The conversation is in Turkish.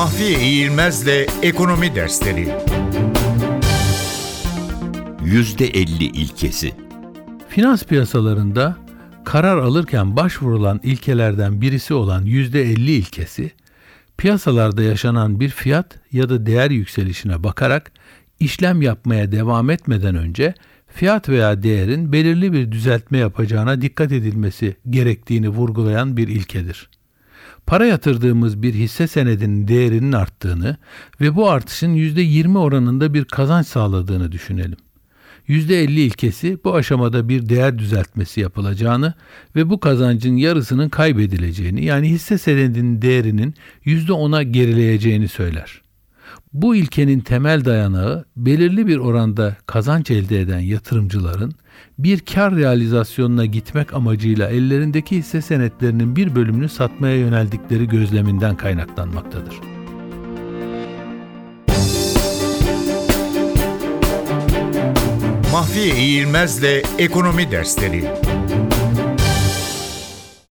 Mahfiye İğilmez'le Ekonomi Dersleri %50 ilkesi. Finans piyasalarında karar alırken başvurulan ilkelerden birisi olan %50 ilkesi, piyasalarda yaşanan bir fiyat ya da değer yükselişine bakarak işlem yapmaya devam etmeden önce fiyat veya değerin belirli bir düzeltme yapacağına dikkat edilmesi gerektiğini vurgulayan bir ilkedir. Para yatırdığımız bir hisse senedinin değerinin arttığını ve bu artışın %20 oranında bir kazanç sağladığını düşünelim. %50 ilkesi bu aşamada bir değer düzeltmesi yapılacağını ve bu kazancın yarısının kaybedileceğini, yani hisse senedinin değerinin %10'a gerileyeceğini söyler. Bu ilkenin temel dayanağı, belirli bir oranda kazanç elde eden yatırımcıların bir kar realizasyonuna gitmek amacıyla ellerindeki hisse senetlerinin bir bölümünü satmaya yöneldikleri gözleminden kaynaklanmaktadır. Mahfiye İğilmez'le Ekonomi Dersleri